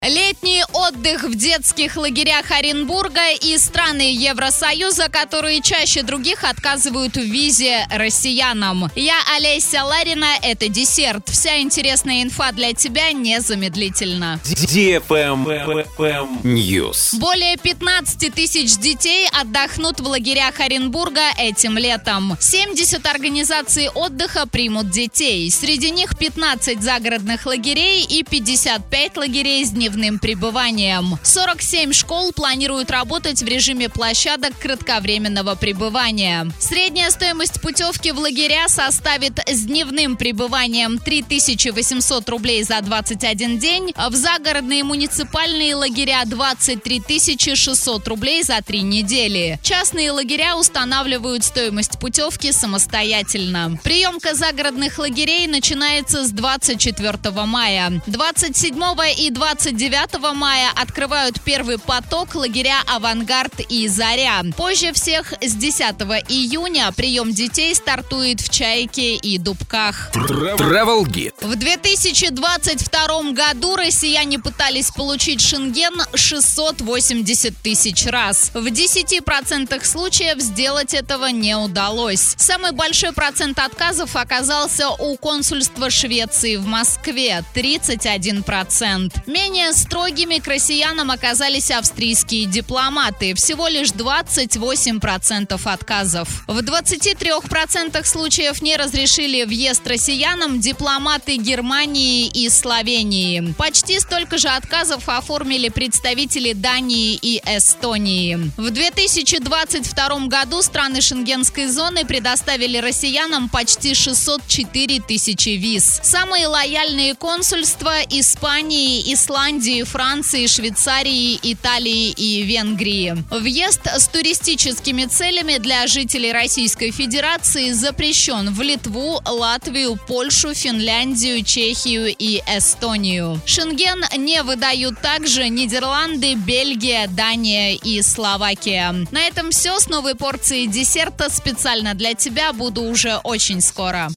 Летний отдых в детских лагерях Оренбурга и страны Евросоюза, которые чаще других отказывают в визе россиянам. Я Олеся Ларина, это десерт. Вся интересная инфа для тебя незамедлительно. News. Более 15 тысяч детей отдохнут в лагерях Оренбурга этим летом. 70 организаций отдыха примут детей. Среди них 15 загородных лагерей и 55 лагерей с дневным пребыванием. 47 школ планируют работать в режиме площадок кратковременного пребывания. Средняя стоимость путевки в лагеря составит с дневным пребыванием 3800 рублей за 21 день, в загородные муниципальные лагеря 23 600 рублей за 3 недели. Частные лагеря устанавливают стоимость путевки самостоятельно. Приемка загородных лагерей начинается с 24 мая. 27 и 29 мая открывают первый поток лагеря «Авангард» и «Заря». Позже всех с 10 июня прием детей стартует в Чайке и Дубках. Travel Guide. В 2022 году россияне пытались получить Шенген 680 тысяч раз. В 10% случаев сделать этого не удалось. Самый большой процент отказов оказался у консульства Швеции в Москве – 31%. Менее строгими к россиянам оказались австрийские дипломаты – всего лишь 28% отказов. В 23% случаев не разрешили въезд россиянам дипломаты Германии и Словении. Почти столько же отказов оформили представители Дании и Эстонии. В 2022 году страны шенгенской зоны предоставили россиянам почти 604 тысячи виз. Самые лояльные консульства – Испании, Исландии, Франции, Швейцарии, Италии и Венгрии. Въезд с туристическими целями для жителей Российской Федерации запрещен в Литву, Латвию, Польшу, Финляндию, Чехию и Эстонию. Шенген не выдают также Нидерланды, Бельгия, Дания и Словакия. На этом все. С новой порцией десерта специально для тебя буду уже очень скоро.